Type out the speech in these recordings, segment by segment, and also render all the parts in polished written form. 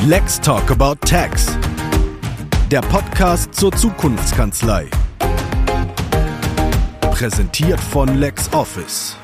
Let's Talk About Tax. Der Podcast zur Zukunftskanzlei. Präsentiert von LexOffice.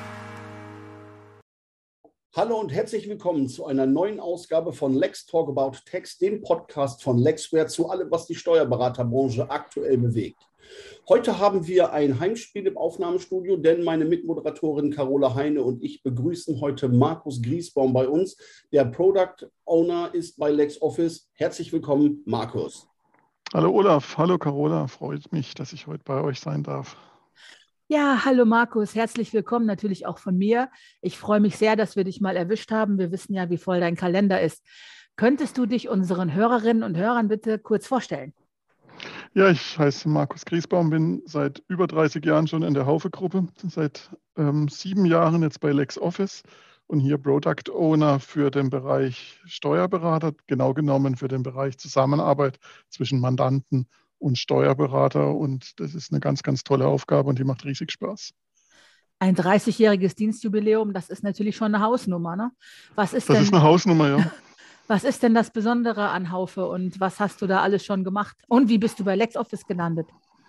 Hallo und herzlich willkommen zu einer neuen Ausgabe von Let's Talk About Tax, dem Podcast von Lexware zu allem, was die Steuerberaterbranche aktuell bewegt. Heute haben wir ein Heimspiel im Aufnahmestudio, denn meine Mitmoderatorin Carola Heine und ich begrüßen heute Markus Griesbaum bei uns. Der Product Owner ist bei LexOffice. Herzlich willkommen, Markus. Hallo Olaf, hallo Carola, freut mich, dass ich heute bei euch sein darf. Ja, hallo Markus, herzlich willkommen natürlich auch von mir. Ich freue mich sehr, dass wir dich mal erwischt haben. Wir wissen ja, wie voll dein Kalender ist. Könntest du dich unseren Hörerinnen und Hörern bitte kurz vorstellen? Ja, ich heiße Markus Griesbaum, bin seit über 30 Jahren schon in der Haufe-Gruppe, seit 7 Jahren jetzt bei LexOffice und hier Product Owner für den Bereich Steuerberater, genau genommen für den Bereich Zusammenarbeit zwischen Mandanten und Steuerberater. Und das ist eine ganz, ganz tolle Aufgabe und die macht riesig Spaß. Ein 30-jähriges Dienstjubiläum, das ist natürlich schon eine Hausnummer, ne? Das ist eine Hausnummer, ja. Was ist denn das Besondere an Haufe und was hast du da alles schon gemacht? Und wie bist du bei LexOffice gelandet?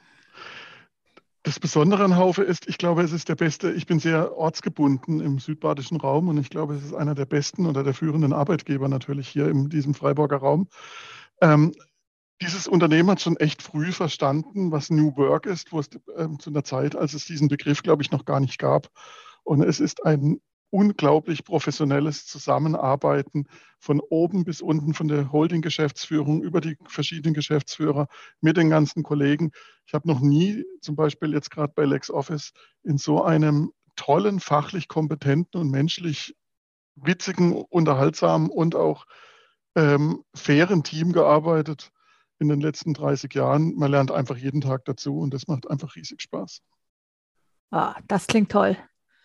Das Besondere an Haufe ist, ich glaube, es ist der beste, ich bin sehr ortsgebunden im südbadischen Raum und ich glaube, es ist einer der besten oder der führenden Arbeitgeber natürlich hier in diesem Freiburger Raum. Dieses Unternehmen hat schon echt früh verstanden, was New Work ist, wo es zu einer Zeit, als es diesen Begriff, glaube ich, noch gar nicht gab. Und es ist ein unglaublich professionelles Zusammenarbeiten von oben bis unten, von der Holding-Geschäftsführung über die verschiedenen Geschäftsführer mit den ganzen Kollegen. Ich habe noch nie, zum Beispiel jetzt gerade bei LexOffice, in so einem tollen, fachlich kompetenten und menschlich witzigen, unterhaltsamen und auch fairen Team gearbeitet in den letzten 30 Jahren. Man lernt einfach jeden Tag dazu und das macht einfach riesig Spaß. Ah, das klingt toll.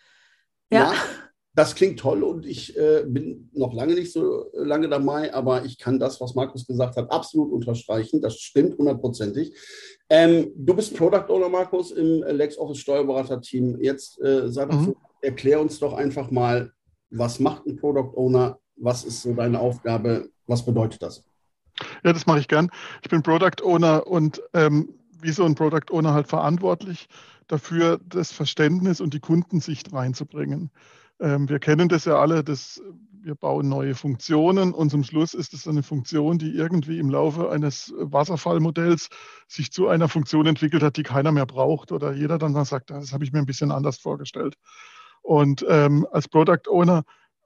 Ja, das klingt toll und ich bin noch lange nicht so lange dabei, aber ich kann das, was Markus gesagt hat, absolut unterstreichen. Das stimmt 100%. Du bist Product Owner, Markus, im LexOffice Steuerberater-Team. Jetzt erklär uns doch einfach mal, was macht ein Product Owner? Was ist so deine Aufgabe? Was bedeutet das? Ja, das mache ich gern. Ich bin Product Owner und wie so ein Product Owner halt verantwortlich dafür, das Verständnis und die Kundensicht reinzubringen. Wir kennen das ja alle, wir bauen neue Funktionen und zum Schluss ist es eine Funktion, die irgendwie im Laufe eines Wasserfallmodells sich zu einer Funktion entwickelt hat, die keiner mehr braucht oder jeder dann mal sagt, das habe ich mir ein bisschen anders vorgestellt. Und als Product Owner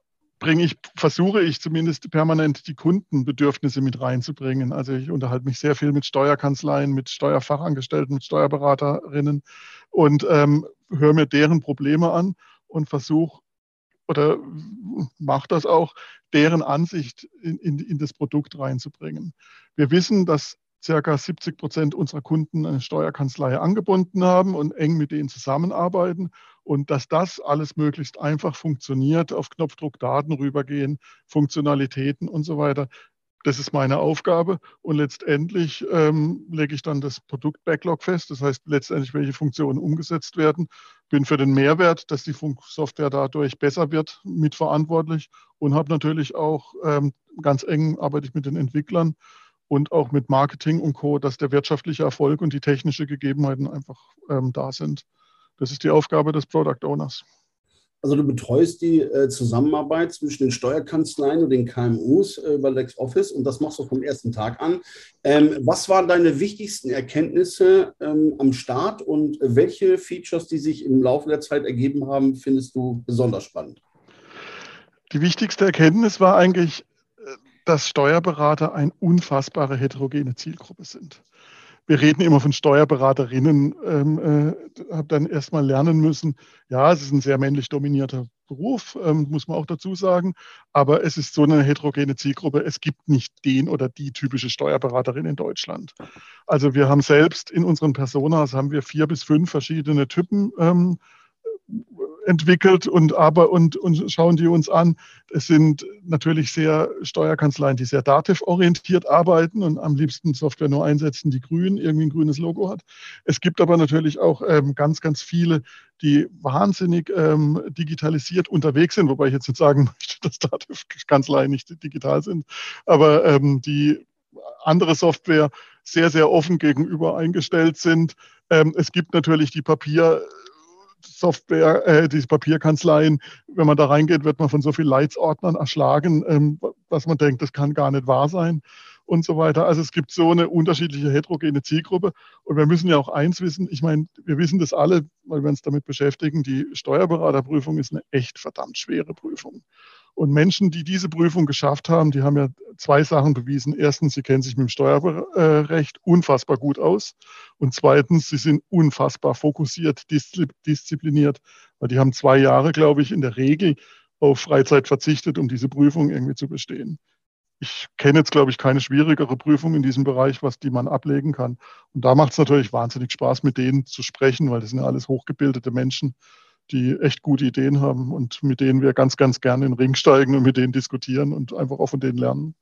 versuche ich zumindest permanent die Kundenbedürfnisse mit reinzubringen. Also ich unterhalte mich sehr viel mit Steuerkanzleien, mit Steuerfachangestellten, mit Steuerberaterinnen und höre mir deren Probleme an und versuche oder mache das auch, deren Ansicht in das Produkt reinzubringen. Wir wissen, dass ca. 70% unserer Kunden eine Steuerkanzlei angebunden haben und eng mit denen zusammenarbeiten und dass das alles möglichst einfach funktioniert, auf Knopfdruck Daten rübergehen, Funktionalitäten und so weiter. Das ist meine Aufgabe und letztendlich lege ich dann das Produkt-Backlog fest, das heißt letztendlich, welche Funktionen umgesetzt werden, bin für den Mehrwert, dass die Software dadurch besser wird, mitverantwortlich und habe natürlich auch ganz eng arbeite ich mit den Entwicklern und auch mit Marketing und Co., dass der wirtschaftliche Erfolg und die technischen Gegebenheiten einfach da sind. Das ist die Aufgabe des Product Owners. Also du betreust die Zusammenarbeit zwischen den Steuerkanzleien und den KMUs bei LexOffice und das machst du vom ersten Tag an. Was waren deine wichtigsten Erkenntnisse am Start und welche Features, die sich im Laufe der Zeit ergeben haben, findest du besonders spannend? Die wichtigste Erkenntnis war eigentlich, dass Steuerberater eine unfassbare heterogene Zielgruppe sind. Wir reden immer von Steuerberaterinnen, habe dann erstmal lernen müssen, ja, es ist ein sehr männlich dominierter Beruf, muss man auch dazu sagen, aber es ist so eine heterogene Zielgruppe, es gibt nicht den oder die typische Steuerberaterin in Deutschland. Also wir haben selbst in unseren Personas haben wir 4 bis 5 verschiedene Typen entwickelt und schauen die uns an. Es sind natürlich sehr Steuerkanzleien, die sehr dativ-orientiert arbeiten und am liebsten Software nur einsetzen, die grün, irgendwie ein grünes Logo hat. Es gibt aber natürlich auch ganz, ganz viele, die wahnsinnig digitalisiert unterwegs sind, wobei ich jetzt nicht sagen möchte, dass Dativ-Kanzleien nicht digital sind, aber die andere Software sehr, sehr offen gegenüber eingestellt sind. Es gibt natürlich die Papiersoftware, diese Papierkanzleien. Wenn man da reingeht, wird man von so vielen Leitsordnern erschlagen, dass man denkt, das kann gar nicht wahr sein und so weiter. Also es gibt so eine unterschiedliche heterogene Zielgruppe. Und wir müssen ja auch eins wissen, ich meine, wir wissen das alle, weil wir uns damit beschäftigen, die Steuerberaterprüfung ist eine echt verdammt schwere Prüfung. Und Menschen, die diese Prüfung geschafft haben, die haben ja zwei Sachen bewiesen. Erstens, sie kennen sich mit dem Steuerrecht unfassbar gut aus. Und zweitens, sie sind unfassbar fokussiert, diszipliniert. Weil die haben 2 Jahre, glaube ich, in der Regel auf Freizeit verzichtet, um diese Prüfung irgendwie zu bestehen. Ich kenne jetzt, glaube ich, keine schwierigere Prüfung in diesem Bereich, die man ablegen kann. Und da macht es natürlich wahnsinnig Spaß, mit denen zu sprechen, weil das sind ja alles hochgebildete Menschen, die echt gute Ideen haben und mit denen wir ganz, ganz gerne in den Ring steigen und mit denen diskutieren und einfach auch von denen lernen.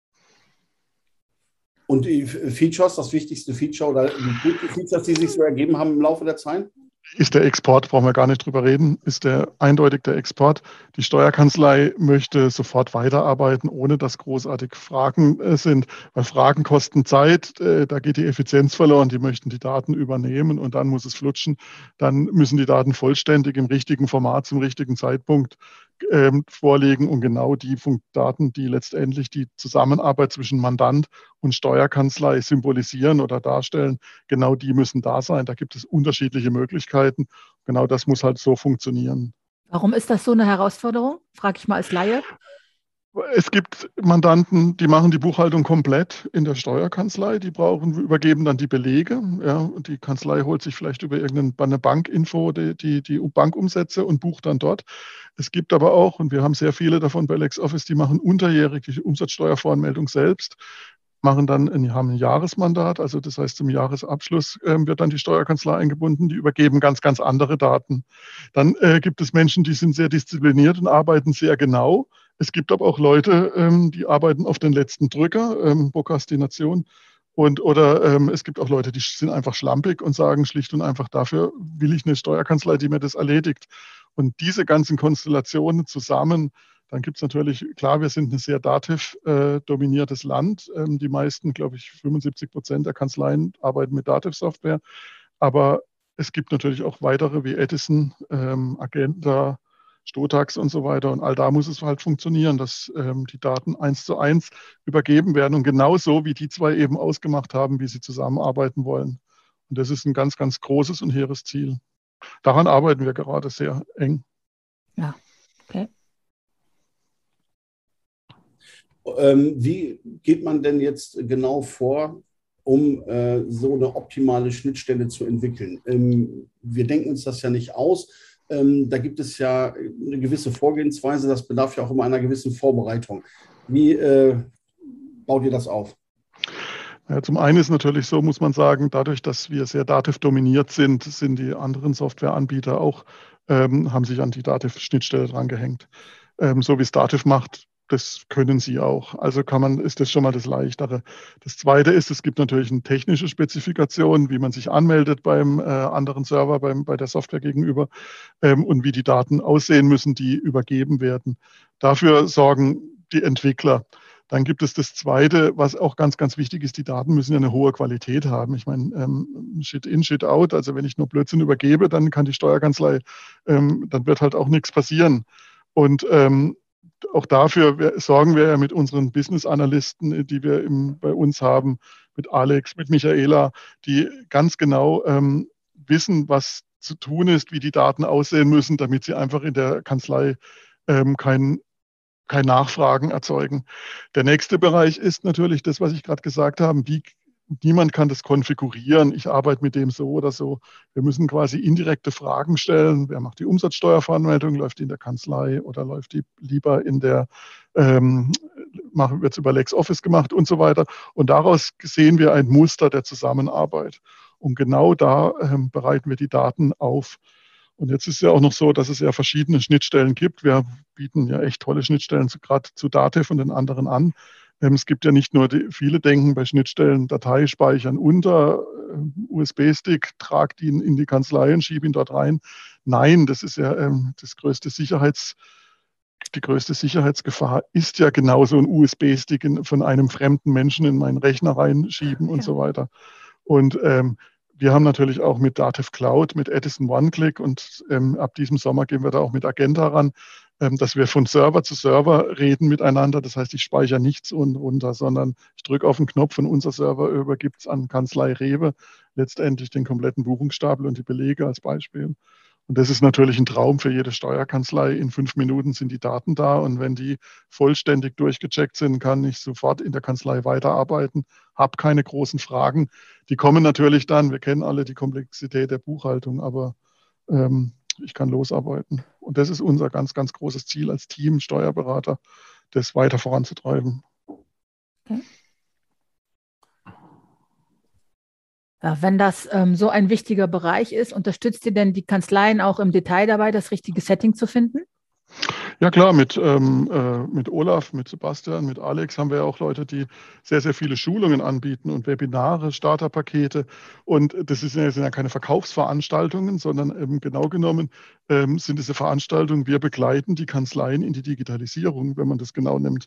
Und die Features, das wichtigste Feature oder die guten Features, die sich so ergeben haben im Laufe der Zeit? Ist der Export, brauchen wir gar nicht drüber reden, ist eindeutig der Export. Die Steuerkanzlei möchte sofort weiterarbeiten, ohne dass großartig Fragen sind, weil Fragen kosten Zeit, da geht die Effizienz verloren, die möchten die Daten übernehmen und dann muss es flutschen. Dann müssen die Daten vollständig im richtigen Format zum richtigen Zeitpunkt vorlegen und genau die Daten, die letztendlich die Zusammenarbeit zwischen Mandant und Steuerkanzlei symbolisieren oder darstellen, genau die müssen da sein. Da gibt es unterschiedliche Möglichkeiten. Genau das muss halt so funktionieren. Warum ist das so eine Herausforderung? Frage ich mal als Laie. Es gibt Mandanten, die machen die Buchhaltung komplett in der Steuerkanzlei, übergeben dann die Belege. Ja, und die Kanzlei holt sich vielleicht über irgendeine Bankinfo die Bankumsätze und bucht dann dort. Es gibt aber auch, und wir haben sehr viele davon bei LexOffice, die machen unterjährig die Umsatzsteuervoranmeldung selbst, haben ein Jahresmandat, also das heißt zum Jahresabschluss wird dann die Steuerkanzlei eingebunden, die übergeben ganz, ganz andere Daten. Dann gibt es Menschen, die sind sehr diszipliniert und arbeiten sehr genau. Es gibt aber auch Leute, die arbeiten auf den letzten Drücker, Prokrastination. Es gibt auch Leute, die sind einfach schlampig und sagen schlicht und einfach, dafür will ich eine Steuerkanzlei, die mir das erledigt. Und diese ganzen Konstellationen zusammen, dann gibt es natürlich, klar, wir sind ein sehr Dativ-dominiertes Land. Die meisten, glaube ich, 75% der Kanzleien arbeiten mit Dativ-Software. Aber es gibt natürlich auch weitere wie Edison, Agenda, Stotax und so weiter. Und all da muss es halt funktionieren, dass die Daten 1:1 übergeben werden und genauso wie die zwei eben ausgemacht haben, wie sie zusammenarbeiten wollen. Und das ist ein ganz, ganz großes und hehres Ziel. Daran arbeiten wir gerade sehr eng. Ja, okay. Wie geht man denn jetzt genau vor, um so eine optimale Schnittstelle zu entwickeln? Wir denken uns das ja nicht aus. Da gibt es ja eine gewisse Vorgehensweise, das bedarf ja auch immer einer gewissen Vorbereitung. Wie baut ihr das auf? Ja, zum einen ist natürlich so, muss man sagen, dadurch, dass wir sehr Dativ-dominiert sind, sind die anderen Softwareanbieter auch, haben sich an die Dativ-Schnittstelle drangehängt. So wie es Dativ macht, das können sie auch. Also ist das schon mal das Leichtere. Das Zweite ist, es gibt natürlich eine technische Spezifikation, wie man sich anmeldet beim anderen Server, bei der Software gegenüber und wie die Daten aussehen müssen, die übergeben werden. Dafür sorgen die Entwickler. Dann gibt es das Zweite, was auch ganz, ganz wichtig ist, die Daten müssen ja eine hohe Qualität haben. Ich meine, Shit in, Shit out, also wenn ich nur Blödsinn übergebe, dann kann die Steuerkanzlei, dann wird halt auch nichts passieren. Und auch dafür sorgen wir ja mit unseren Business-Analysten, die wir bei uns haben, mit Alex, mit Michaela, die ganz genau wissen, was zu tun ist, wie die Daten aussehen müssen, damit sie einfach in der Kanzlei kein Nachfragen erzeugen. Der nächste Bereich ist natürlich das, was ich gerade gesagt habe, niemand kann das konfigurieren, ich arbeite mit dem so oder so. Wir müssen quasi indirekte Fragen stellen. Wer macht die Umsatzsteuerveranmeldung? Läuft die in der Kanzlei oder läuft die lieber wird es über LexOffice gemacht und so weiter. Und daraus sehen wir ein Muster der Zusammenarbeit. Und genau da bereiten wir die Daten auf. Und jetzt ist es ja auch noch so, dass es ja verschiedene Schnittstellen gibt. Wir bieten ja echt tolle Schnittstellen gerade zu Datev und den anderen an. Es gibt ja nicht nur, viele denken bei Schnittstellen Datei speichern unter USB-Stick, trag die in die Kanzlei und schiebe ihn dort rein. Nein, das ist ja die größte Sicherheitsgefahr ist ja genau so ein USB-Stick von einem fremden Menschen in meinen Rechner reinschieben und so weiter. Und wir haben natürlich auch mit Datev Cloud, mit Edison OneClick und ab diesem Sommer gehen wir da auch mit Agenta ran, dass wir von Server zu Server reden miteinander. Das heißt, ich speichere nichts runter, sondern ich drücke auf den Knopf und unser Server übergibt es an Kanzlei Rewe letztendlich den kompletten Buchungsstapel und die Belege als Beispiel. Und das ist natürlich ein Traum für jede Steuerkanzlei. In 5 Minuten sind die Daten da und wenn die vollständig durchgecheckt sind, kann ich sofort in der Kanzlei weiterarbeiten, habe keine großen Fragen. Die kommen natürlich dann, wir kennen alle die Komplexität der Buchhaltung, aber ich kann losarbeiten. Und das ist unser ganz, ganz großes Ziel als Team, Steuerberater, das weiter voranzutreiben. Okay. Ja, wenn das so ein wichtiger Bereich ist, unterstützt ihr denn die Kanzleien auch im Detail dabei, das richtige Setting zu finden? Ja klar, mit Olaf, mit Sebastian, mit Alex haben wir ja auch Leute, die sehr, sehr viele Schulungen anbieten und Webinare, Starterpakete. Und das sind ja keine Verkaufsveranstaltungen, sondern genau genommen sind diese Veranstaltungen, wir begleiten die Kanzleien in die Digitalisierung, wenn man das genau nimmt.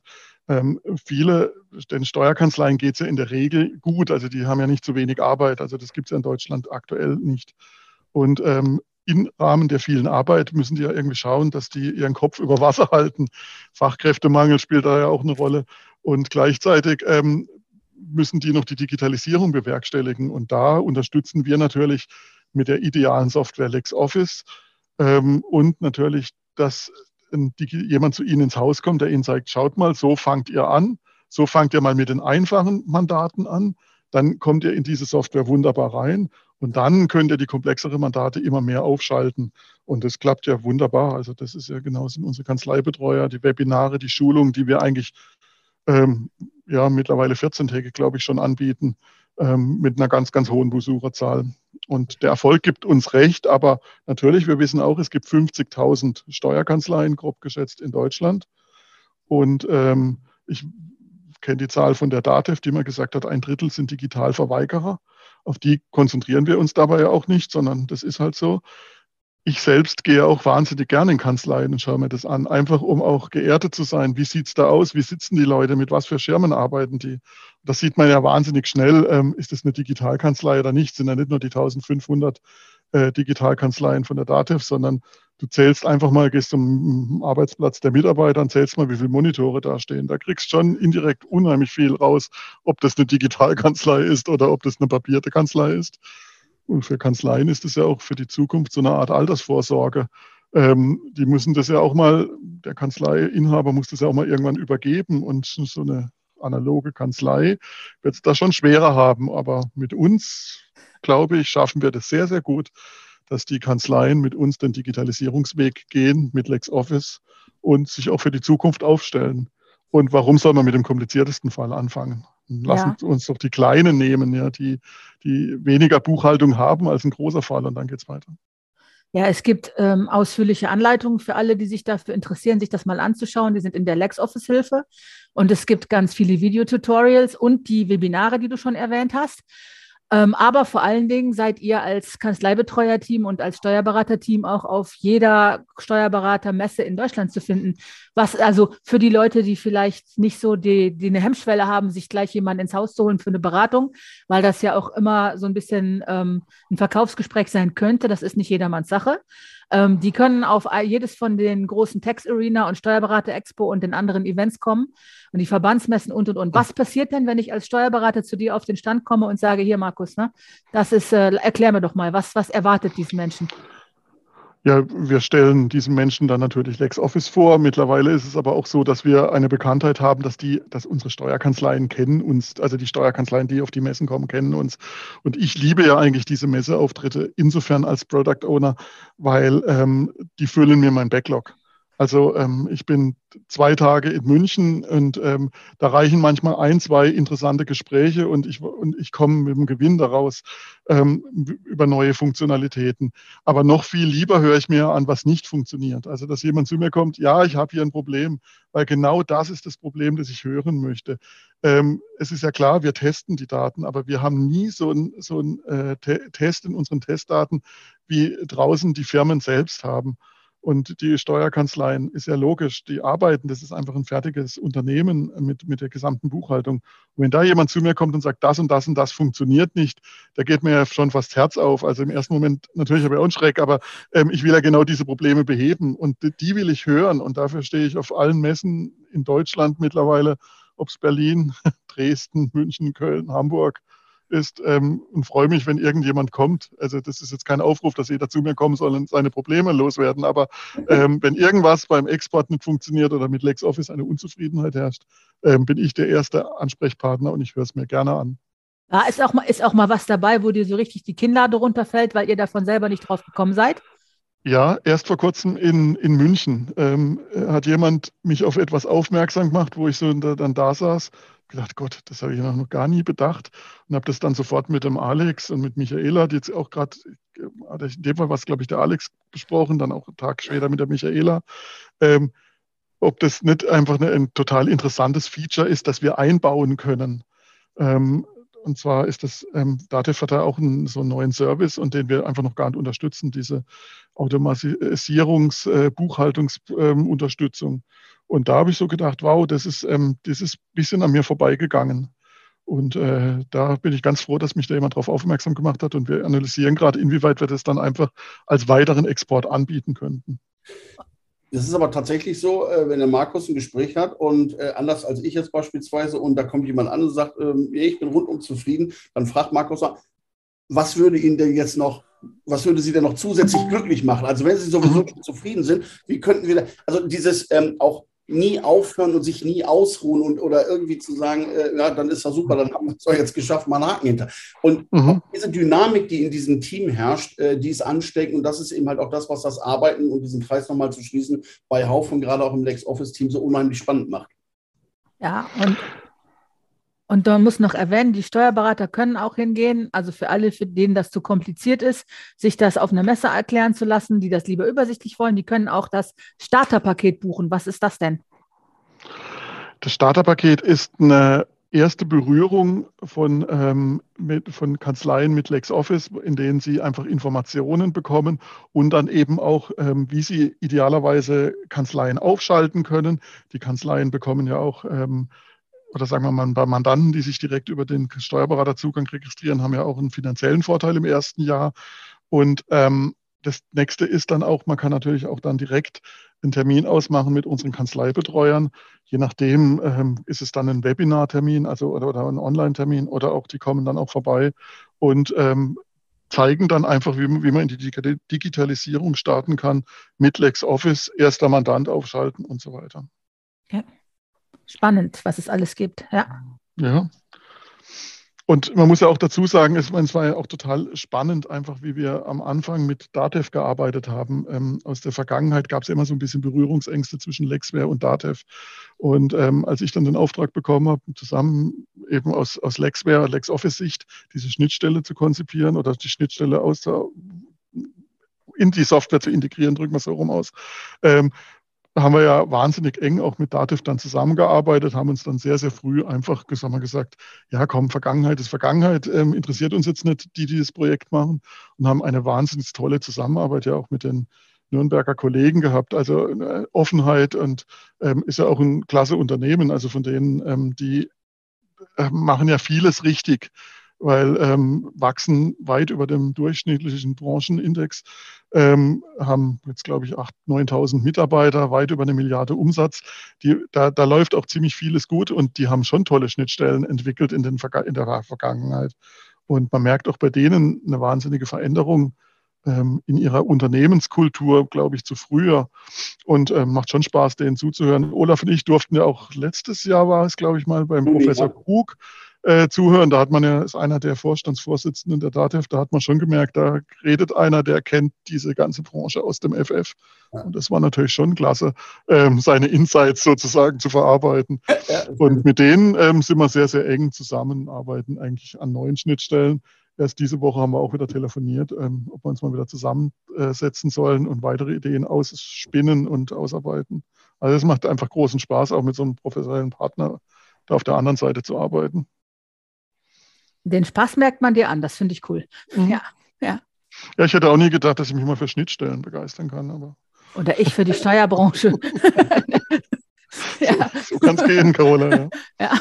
Den Steuerkanzleien geht es ja in der Regel gut, also die haben ja nicht so wenig Arbeit, also das gibt es ja in Deutschland aktuell nicht. Und im Rahmen der vielen Arbeit müssen die ja irgendwie schauen, dass die ihren Kopf über Wasser halten. Fachkräftemangel spielt da ja auch eine Rolle. Und gleichzeitig müssen die noch die Digitalisierung bewerkstelligen. Und da unterstützen wir natürlich mit der idealen Software LexOffice und natürlich, dass jemand zu Ihnen ins Haus kommt, der Ihnen sagt, schaut mal, so fangt ihr an, so fangt ihr mal mit den einfachen Mandaten an. Dann kommt ihr in diese Software wunderbar rein und dann könnt ihr die komplexeren Mandate immer mehr aufschalten. Und das klappt ja wunderbar. Also das ist ja genau, sind unsere Kanzleibetreuer, die Webinare, die Schulungen, die wir eigentlich mittlerweile 14-tägig, glaube ich, schon anbieten, mit einer ganz, ganz hohen Besucherzahl. Und der Erfolg gibt uns recht, aber natürlich, wir wissen auch, es gibt 50.000 Steuerkanzleien, grob geschätzt, in Deutschland. Und ich kenne die Zahl von der Datev, die mir gesagt hat, 1/3 sind Digitalverweigerer. Auf die konzentrieren wir uns dabei ja auch nicht, sondern das ist halt so. Ich selbst gehe auch wahnsinnig gerne in Kanzleien und schaue mir das an, einfach um auch geerdet zu sein. Wie sieht es da aus? Wie sitzen die Leute? Mit was für Schirmen arbeiten die? Das sieht man ja wahnsinnig schnell. Ist das eine Digitalkanzlei oder nicht? Sind ja nicht nur die 1500 Digitalkanzleien von der Datev, sondern du zählst einfach mal, gehst zum Arbeitsplatz der Mitarbeiter und zählst mal, wie viele Monitore da stehen. Da kriegst du schon indirekt unheimlich viel raus, ob das eine Digitalkanzlei ist oder ob das eine papierte Kanzlei ist. Und für Kanzleien ist es ja auch für die Zukunft so eine Art Altersvorsorge. Die müssen das ja auch mal, der Kanzleiinhaber muss das ja auch mal irgendwann übergeben. Und so eine analoge Kanzlei wird es da schon schwerer haben. Aber mit uns, glaube ich, schaffen wir das sehr, sehr gut, dass die Kanzleien mit uns den Digitalisierungsweg gehen, mit LexOffice und sich auch für die Zukunft aufstellen. Und warum soll man mit dem kompliziertesten Fall anfangen? Lassen uns doch die Kleinen nehmen, ja, die weniger Buchhaltung haben als ein großer Fall und dann geht es weiter. Ja, es gibt ausführliche Anleitungen für alle, die sich dafür interessieren, sich das mal anzuschauen. Die sind in der LexOffice-Hilfe und es gibt ganz viele Videotutorials und die Webinare, die du schon erwähnt hast. Aber vor allen Dingen seid ihr als Kanzleibetreuerteam und als Steuerberaterteam auch auf jeder Steuerberatermesse in Deutschland zu finden. Was also für die Leute, die vielleicht nicht so die eine Hemmschwelle haben, sich gleich jemanden ins Haus zu holen für eine Beratung, weil das ja auch immer so ein bisschen ein Verkaufsgespräch sein könnte. Das ist nicht jedermanns Sache. Die können auf jedes von den großen Tax Arena und Steuerberater Expo und den anderen Events kommen und die Verbandsmessen und. Was passiert denn, wenn ich als Steuerberater zu dir auf den Stand komme und sage, hier Markus, ne, das ist, erklär mir doch mal, was erwartet diesen Menschen? Ja, wir stellen diesen Menschen dann natürlich LexOffice vor. Mittlerweile ist es aber auch so, dass wir eine Bekanntheit haben, dass unsere Steuerkanzleien kennen uns, also die Steuerkanzleien, die auf die Messen kommen, kennen uns. Und ich liebe ja eigentlich diese Messeauftritte insofern als Product Owner, weil die füllen mir mein Backlog. Also ich bin 2 Tage in München und da reichen manchmal 1, 2 interessante Gespräche und ich komme mit dem Gewinn daraus über neue Funktionalitäten. Aber noch viel lieber höre ich mir an, was nicht funktioniert. Also dass jemand zu mir kommt, ja, ich habe hier ein Problem, weil genau das ist das Problem, das ich hören möchte. Es ist ja klar, wir testen die Daten, aber wir haben nie so ein Test in unseren Testdaten, wie draußen die Firmen selbst haben. Und die Steuerkanzleien ist ja logisch, die arbeiten, das ist einfach ein fertiges Unternehmen mit der gesamten Buchhaltung. Und wenn da jemand zu mir kommt und sagt, das und das und das funktioniert nicht, da geht mir ja schon fast das Herz auf. Also im ersten Moment, natürlich habe ich auch einen Schreck, aber ich will ja genau diese Probleme beheben und die will ich hören. Und dafür stehe ich auf allen Messen in Deutschland mittlerweile, ob es Berlin, Dresden, München, Köln, Hamburg ist und freue mich, wenn irgendjemand kommt. Also das ist jetzt kein Aufruf, dass jeder zu mir kommen soll und seine Probleme loswerden, aber wenn irgendwas beim Export nicht funktioniert oder mit LexOffice eine Unzufriedenheit herrscht, bin ich der erste Ansprechpartner und ich höre es mir gerne an. Ja, ist auch mal was dabei, wo dir so richtig die Kinnlade runterfällt, weil ihr davon selber nicht drauf gekommen seid? Ja, erst vor kurzem in München hat jemand mich auf etwas aufmerksam gemacht, wo ich so dann da saß. Gedacht, Gott, das habe ich noch gar nie bedacht und habe das dann sofort mit dem Alex und mit Michaela, die jetzt auch gerade, in dem Fall war es, glaube ich, der Alex besprochen, dann auch einen Tag später mit der Michaela, ob das nicht einfach ein total interessantes Feature ist, das wir einbauen können. Und zwar ist das, Dativ hat da auch so einen neuen Service und den wir einfach noch gar nicht unterstützen, diese Buchhaltungsunterstützung. Und da habe ich so gedacht, wow, das ist ein bisschen an mir vorbeigegangen. Und da bin ich ganz froh, dass mich da jemand darauf aufmerksam gemacht hat. Und wir analysieren gerade, inwieweit wir das dann einfach als weiteren Export anbieten könnten. Das ist aber tatsächlich so, wenn der Markus ein Gespräch hat und anders als ich jetzt beispielsweise und da kommt jemand an und sagt, ich bin rundum zufrieden, dann fragt Markus, was würde Sie denn noch zusätzlich glücklich machen? Also wenn Sie sowieso zufrieden sind, wie könnten wir, also dieses auch nie aufhören und sich nie ausruhen oder irgendwie zu sagen, ja, dann ist das super, dann haben wir es doch jetzt geschafft, mal einen Haken hinter. Und diese Dynamik, die in diesem Team herrscht, die ist ansteckend und das ist eben halt auch das, was das Arbeiten und diesen Kreis nochmal zu schließen bei Haufe und gerade auch im LexOffice-Team so unheimlich spannend macht. Ja, und man muss noch erwähnen, die Steuerberater können auch hingehen, also für alle, für denen das zu kompliziert ist, sich das auf einer Messe erklären zu lassen, die das lieber übersichtlich wollen, die können auch das Starterpaket buchen. Was ist das denn? Das Starterpaket ist eine erste Berührung von Kanzleien mit LexOffice, in denen sie einfach Informationen bekommen und dann eben auch, wie sie idealerweise Kanzleien aufschalten können. Die Kanzleien bekommen ja auch oder sagen wir mal, bei Mandanten, die sich direkt über den Steuerberaterzugang registrieren, haben ja auch einen finanziellen Vorteil im ersten Jahr. Und das nächste ist dann auch, man kann natürlich auch dann direkt einen Termin ausmachen mit unseren Kanzleibetreuern. Je nachdem ist es dann ein Webinartermin, also oder ein Online-Termin oder auch die kommen dann auch vorbei und zeigen dann einfach, wie man in die Digitalisierung starten kann mit LexOffice, erster Mandant aufschalten und so weiter. Ja. Spannend, was es alles gibt. Ja. Und man muss ja auch dazu sagen, es war ja auch total spannend, einfach wie wir am Anfang mit Datev gearbeitet haben. Aus der Vergangenheit gab es immer so ein bisschen Berührungsängste zwischen Lexware und Datev. Und als ich dann den Auftrag bekommen habe, zusammen eben aus Lexware, LexOffice-Sicht, diese Schnittstelle zu konzipieren oder die Schnittstelle in die Software zu integrieren, drücken wir es so rum aus, haben wir ja wahnsinnig eng auch mit Dativ dann zusammengearbeitet, haben uns dann sehr, sehr früh einfach gesagt, ja komm, Vergangenheit ist Vergangenheit, interessiert uns jetzt nicht, die das Projekt machen und haben eine wahnsinnig tolle Zusammenarbeit ja auch mit den Nürnberger Kollegen gehabt, also Offenheit und ist ja auch ein klasse Unternehmen, also von denen, die machen ja vieles richtig, weil wachsen weit über dem durchschnittlichen Branchenindex, haben jetzt, glaube ich, 8.000, 9.000 Mitarbeiter, weit über 1 Milliarde Umsatz. Da läuft auch ziemlich vieles gut und die haben schon tolle Schnittstellen entwickelt in der Vergangenheit. Und man merkt auch bei denen eine wahnsinnige Veränderung in ihrer Unternehmenskultur, glaube ich, zu früher. Und macht schon Spaß, denen zuzuhören. Olaf und ich durften ja auch letztes Jahr, war es, glaube ich, mal beim Professor Krug zuhören. Da hat man ja, ist einer der Vorstandsvorsitzenden der DATEV, da hat man schon gemerkt, da redet einer, der kennt diese ganze Branche aus dem FF. Und das war natürlich schon klasse, seine Insights sozusagen zu verarbeiten. Und mit denen sind wir sehr, sehr eng zusammenarbeiten, eigentlich an neuen Schnittstellen. Erst diese Woche haben wir auch wieder telefoniert, ob wir uns mal wieder zusammensetzen sollen und weitere Ideen ausspinnen und ausarbeiten. Also es macht einfach großen Spaß, auch mit so einem professionellen Partner da auf der anderen Seite zu arbeiten. Den Spaß merkt man dir an, das finde ich cool. Ja, ich hätte auch nie gedacht, dass ich mich mal für Schnittstellen begeistern kann. Aber oder ich für die Steuerbranche. So kann es gehen, Carola. Ja.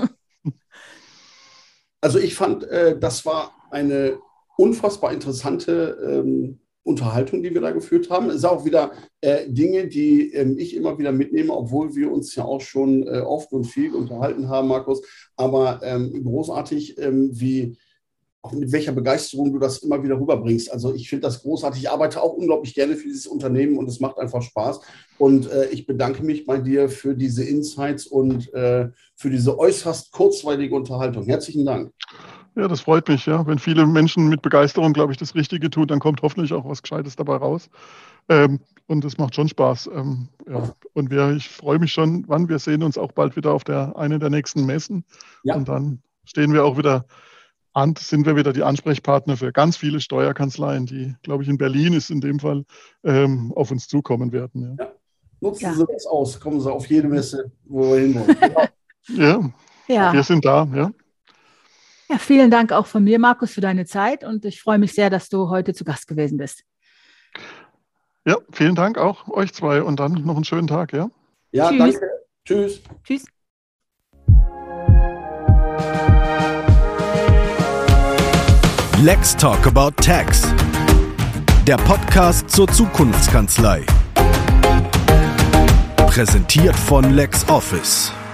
Also ich fand, das war eine unfassbar interessante Unterhaltung, die wir da geführt haben. Es ist auch wieder Dinge, die ich immer wieder mitnehme, obwohl wir uns ja auch schon oft und viel unterhalten haben, Markus. Aber großartig, auch mit welcher Begeisterung du das immer wieder rüberbringst. Also ich finde das großartig. Ich arbeite auch unglaublich gerne für dieses Unternehmen und es macht einfach Spaß. Und ich bedanke mich bei dir für diese Insights und für diese äußerst kurzweilige Unterhaltung. Herzlichen Dank. Ja, das freut mich. Ja. Wenn viele Menschen mit Begeisterung, glaube ich, das Richtige tun, dann kommt hoffentlich auch was Gescheites dabei raus. Und das macht schon Spaß. Und ich freue mich schon, wann wir sehen uns auch bald wieder auf einer der nächsten Messen. Ja. Und dann stehen wir auch wieder sind wir wieder die Ansprechpartner für ganz viele Steuerkanzleien, die, glaube ich, in Berlin ist in dem Fall, auf uns zukommen werden. Ja. Nutzen Sie das aus, kommen Sie auf jede Messe, wo wir hinwollen. Ja, wir sind da. Ja. Ja, vielen Dank auch von mir, Markus, für deine Zeit und ich freue mich sehr, dass du heute zu Gast gewesen bist. Ja, vielen Dank auch euch zwei und dann noch einen schönen Tag. Ja, Tschüss. Danke. Tschüss. Tschüss. Let's Talk About Tax. Der Podcast zur Zukunftskanzlei. Präsentiert von LexOffice.